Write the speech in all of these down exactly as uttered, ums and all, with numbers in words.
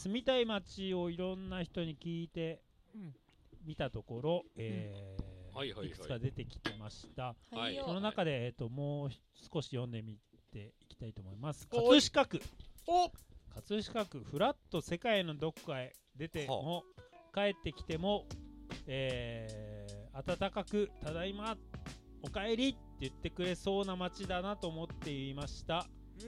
住みたい街をいろんな人に聞いてみたところ、えーはいはいはい、 いくつか出てきてました。 はい、 その中で、えーと、もう少し読んでみていきたいと思います。葛飾区。 お葛飾区、フラッと世界のどこかへ出ても、帰ってきても、えー、温かく、ただいま、おかえりって言ってくれそうな街だなと思っていました。うん、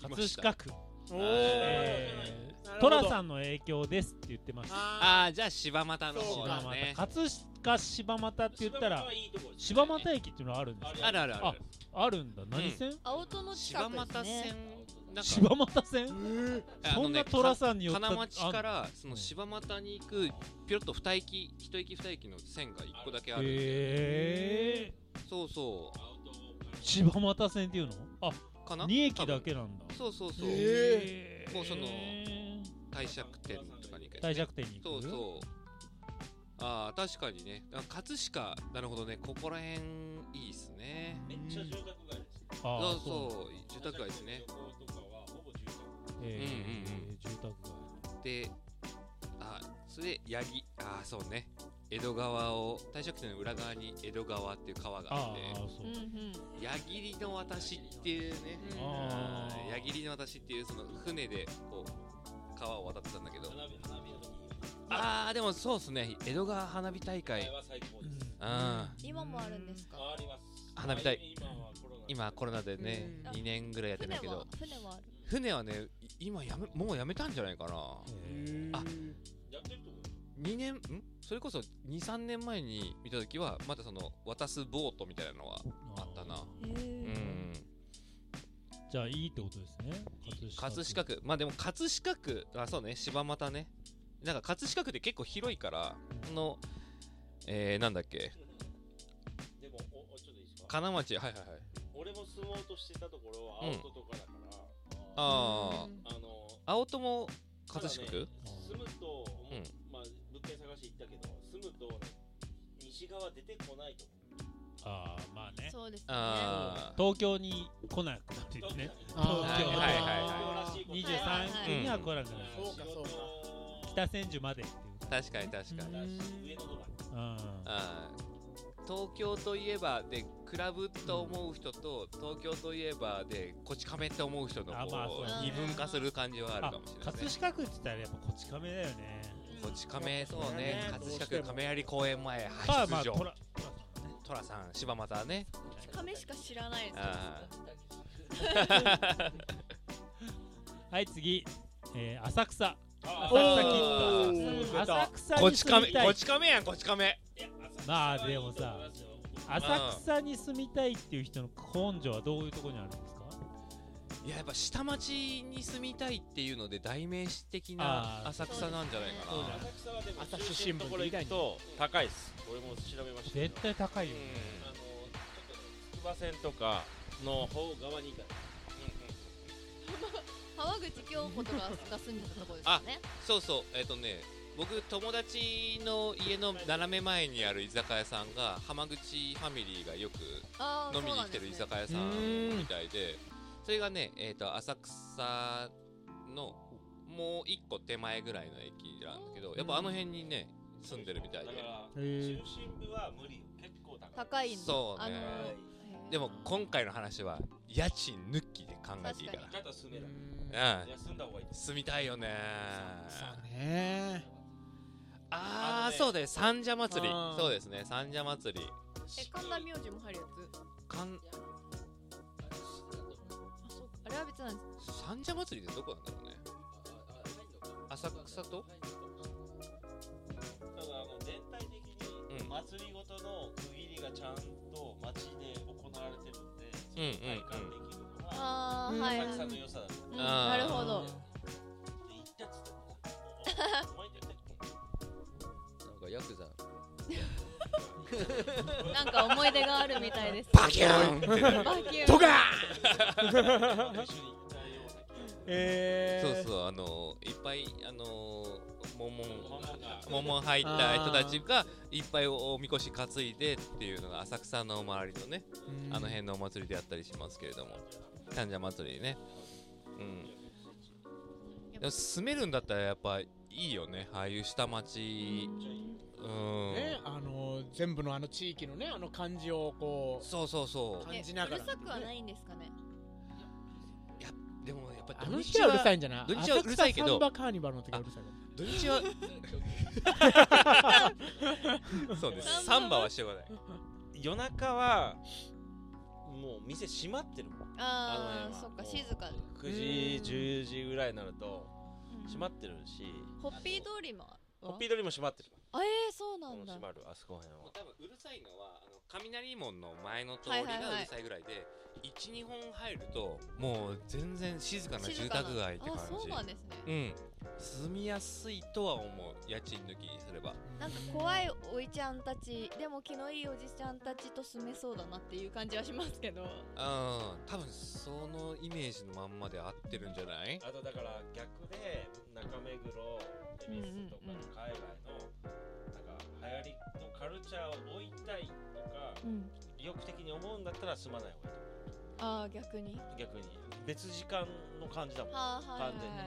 葛飾区。えー、トラさんの影響ですって言ってました。 ああ、じゃあ柴又の方だね。 葛飾柴又って言ったら柴又駅っていうのはあるんですか？ あるあるある。 あ、あるんだ。何線？ 青戸の近くですね。 柴又線？そんなトラさんによって金町からその柴又に行くピロッと二駅一駅二駅の線が一個だけあるんで。 へー。 そうそう。 柴又線っていうの？あ、 かな？ に駅だけなんだ。 そうそうそう。 へー。 もうその帝釈天とかに行く。 帝釈天に行く。 そうそう。ああ、確かにね。葛飾、なるほどね。ここら辺いいっすね。 めっちゃ住宅街です。 そうそう住宅街ですね。 えー、住宅街で、あ、それで八木、ああそうね。江戸川を帝釈天の裏側に江戸川っていう川があって、矢切の私っていうね、矢切の私っていうその船でこう川を渡ってたんだけど、ああでもそうっすね。江戸川花火大会、 今もあるんですか？ 花火大会今コロナでねにねんぐらいやってないけど、 船はある。 船はね今やめもうやめたんじゃないかな。あ、にねんんそれこそにさんねんまえに見たときはまだその渡すボートみたいなのはあったな。うん。 じゃあいいってことですね。 葛飾区、まあでも葛飾区、あそうね、柴又ね。なんか葛飾区って結構広いからの、えー、なんだっけ。 でもおおちょっといいですか？ 金町、はいはいはい。 俺も住もうとしてたところは青戸とかだから。 ああ。 あの青戸も葛飾区？ 住むと、まあ物件探し行ったけど、住むと西側出てこないと思う。 ああ、まあね。 そうですね。 東京に来なくなってるね。東京にじゅうさん区には来なくなる。 そうかそうか。 北千住までっていう。 確かに確かに。 上野とか。 東京といえばでクラブと思う人と、東京といえばでこち亀って思う人のこう二分化する感じはあるかもしれないですね。 葛飾区って言ったらやっぱこち亀だよね。 こち亀、そうね。葛飾区亀有公園前派出所。トラさん、柴又ね。 こち亀しか知らないです。 はい次、えー、浅草。 浅草キッド。 浅草に住みたい。こち亀やんこち亀。 まあでもさ、浅草に住みたいっていう人の根性はどういうところにあるんですか？ いややっぱ下町に住みたいっていうので代名詞的な浅草なんじゃないかな。 浅草はでも朝日新聞ところ行くと高いです。俺も調べました。 絶対高いよね。 あのちょっと筑波線とかの方側に行かない。 川口京子とかが住んでたところですよね。 そうそう、えっとね僕友達の家の斜め前にある居酒屋さんが浜口ファミリーがよく飲みに来てる居酒屋さんみたいで、それがね、えーと浅草のもう一個手前ぐらいの駅なんだけど、やっぱあの辺にね住んでるみたいで、 だから中心部は無理、結構高い。 高いんそうね。でも今回の話は家賃抜きで考えていいから。 だと住めない。 うん、 住んだ方がいい。 住みたいよね。 そうね。 ああ、そうです。三社祭り。そうですね。三社祭り。 え、神田明神も入るやつ。 神あれは別なんです。 三社祭りってどこなんだろうね。浅草と。 ただあの全体的に祭りごとの区切りがちゃんと街で行われてるんで、それを体感できるのが浅草の良さだった。 なるほど。 で行ったっつってもさ、お前って言ってなんかヤクザ。 なんか思い出があるみたいです。 バキューン。 バキューン。 とか。 えー、そうそう、あのいっぱいあの桃桃入った人たちがいっぱいおみこし担いでっていうのが浅草の周りのね、あの辺のお祭りであったりしますけれども、三社祭りね。うん。 いや住めるんだったらやっぱいいよね、ああいう下町。うん、 ね、あの全部のあの地域のね、あの感じをこうそうそうそう感じながら、 うるさくはないんですかね。 いやでもやっぱあの日はうるさいんじゃない？ 土日はうるさいけど、 サンバカーニバルの時はうるさい。 土日はそうです、サンバはしょうがない。 夜中はもう店閉まってるもん。 ああ、そっか、静かでくじじゅうじぐらいになると閉まってるし、 ホッピー通りもホッピー通りも閉まってる。 あ、えー、そうなんだ。 閉まる、あそこら辺は。 多分うるさいのはあの雷門の前の通りがうるさいぐらいで、いち、にほん入るともう全然静かな住宅街って感じ。 あ、そうなんですね。 うん、住みやすいとは思う、家賃抜きにすれば。 なんか怖いおいちゃんたちでも気のいいおじちゃんたちと住めそうだなっていう感じはしますけど、うん、 多分そのイメージのまんまで合ってるんじゃない？ あとだから逆で中目黒、恵比寿とかの海外のなんか流行りのカルチャーを追いたいとか、うん、意欲的に思うんだったら住まない方がいいと思う。 ああ、逆に逆に別時間の感じだもん、 はあ、はいはいはい、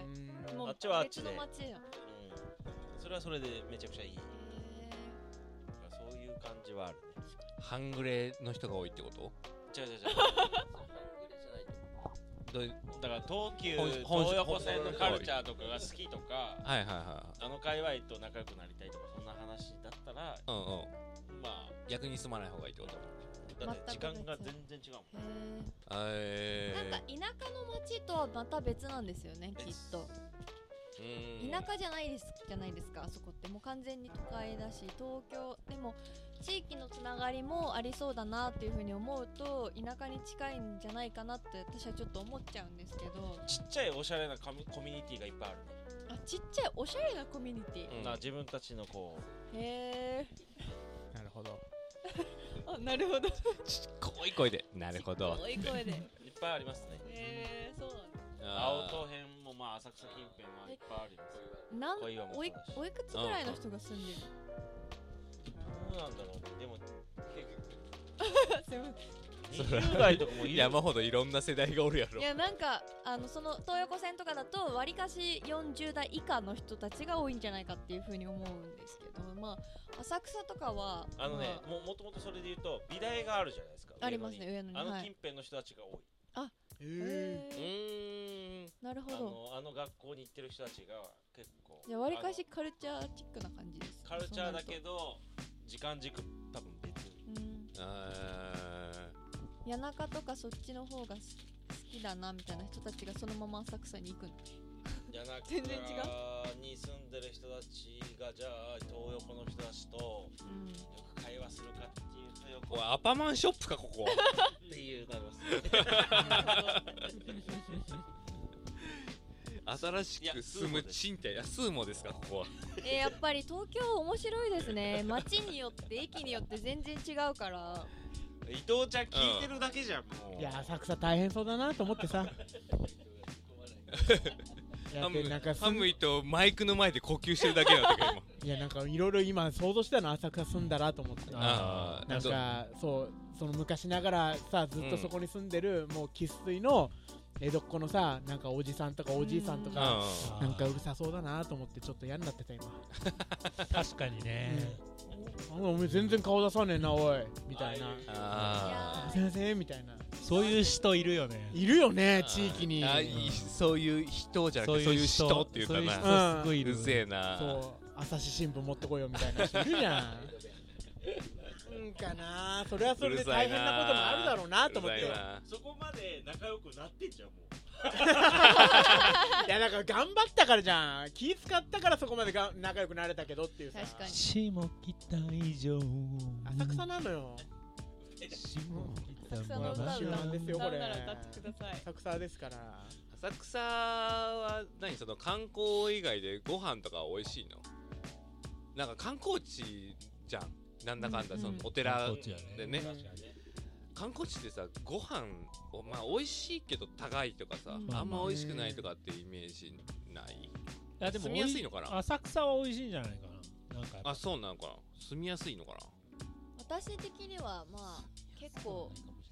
もうあっちはあっちで、 別の街やん、うん、 それはそれでめちゃくちゃいい。そういう感じはあるね。 半グレの人が多いってこと？ 違う違う違うだから東急東横線のカルチャーとかが好きとか、 はいはいはい、 あの界隈と仲良くなりたいとか、そんな話だったら、うんうん、まあ逆に住まない方がいいってこと？ だって時間が全然違うもん。 へー、 なんか田舎の町とはまた別なんですよね、きっと。田舎じゃないですじゃないですか、あそこってもう完全に都会だし、東京でも地域のつながりもありそうだなっていう風に思うと、田舎に近いんじゃないかなって私はちょっと思っちゃうんですけど、 ちっちゃいおしゃれなコミュニティがいっぱいあるね。 あ、ちっちゃいおしゃれなコミュニティ、 うん、自分たちのこう、へー、なるほどあ、なるほど濃い声で、なるほど濃い声でいっぱいありますね。 へー、そうなんだ。 青戸編もまあ浅草近辺はいっぱいあります。 なんおいおいくつぐらいの人が住んでる？ どうなんだろうね。でもすいません、にじゅう代とかもいる。 山ほどいろんな世代がおるやろ。 いや、なんかあのその東横線とかだとわりかしよんじゅう代以下の人たちが多いんじゃないかっていうふうに思うんですけど、まあ浅草とかはあのね、 まあ、 ももともとそれで言うと美大があるじゃないですか。 ありますね、上野に。 あの近辺の人たちが多い。 あ、へー、なるほど。 あの、あの学校に行ってる人たちが結構、 じゃあわりかしカルチャーチックな感じです。 カルチャーだけど時間軸多分別。うん、 あ谷中とかそっちの方が好きだなみたいな人たちがそのまま浅草に行くの。全然違う。 に住んでる人たちがじゃあ東横の人たちとよく会話するかっていうと、よく、 うん、アパマンショップかここっていうなります新しく住む賃貸、スーモですかここは。 えー、やっぱり東京面白いですね。街によって駅によって全然違うから。 伊藤ちゃん聞いてるだけじゃん、うん、もう。 いや、浅草大変そうだなと思ってさハム, ハムイとマイクの前で呼吸してるだけなんだけど今いや、なんかいろいろ今想像したの、浅草住んだらと思って。あ、なんかそう、その昔ながらさ、ずっとそこに住んでる、うん、もう生粋の江戸っ子のさ、なんかおじさんとかおじいさんとか、うん、なんかうるさそうだなと思ってちょっと嫌になってた今確かにね、 うん、お前全然顔出さねえなおいみたいな、あ、すいませんみたいな、 そういう人いるよね。 いるよね、地域に。 あ、そういう人じゃなくてそういう人っていうかな、うるせえな。 そう、朝日新聞持ってこいよみたいな人いるじゃんうんかな、それはそれで大変なこともあるだろうなと思って。 そこまで仲良くなってんじゃんもういや、だから頑張ったからじゃん、気使ったからそこまでが仲良くなれたけどっていうさ。 確かに下北以上浅草なのよ。 下北の歌なんですよこれ。 歌ってください。 浅草ですから。 浅草は何、その観光以外でご飯とか美味しいの？なんか観光地じゃん、なんだかんだ、そのお寺でね、観光地ってさ、ご飯まあ美味しいけど高いとかさ、うん、あんま美味しくないとかってイメージない？いやでも住みやすいのかな？ 浅草は美味しいんじゃないかな。なんかあ、そうなのかな、住みやすいのかな。 私的にはまあ結構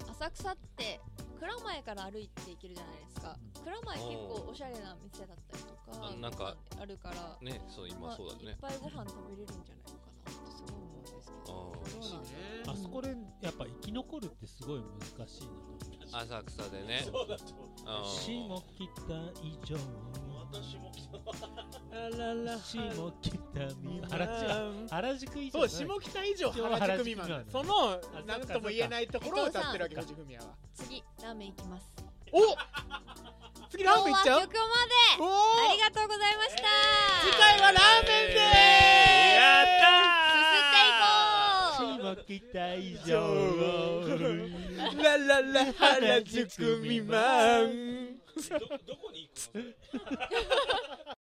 浅草って蔵前から歩いて行けるじゃないですか。蔵前結構おしゃれな店だったりとかなんかあるからね、そう今そうだね、 まあ、いっぱいご飯食べれるんじゃないのかなってすごい思うんですけど。 そうなんですね。あそこでやっぱ生き残るってすごい難しいなと思って。 浅草でね。 そうだと思う。 下北以上。 私も来た。 あらら。 下北未満。原宿以上。 そう、下北以上原宿未満。その何とも言えないところを歌ってるわけ、藤文也は。 次ラーメン行きます。 お。次ラーメン行っちゃう。 今日はここまで。ありがとうございました。 次回はラーメンでーす。 やったー。下北以上。 ラララ原宿未満。 どこに行くの？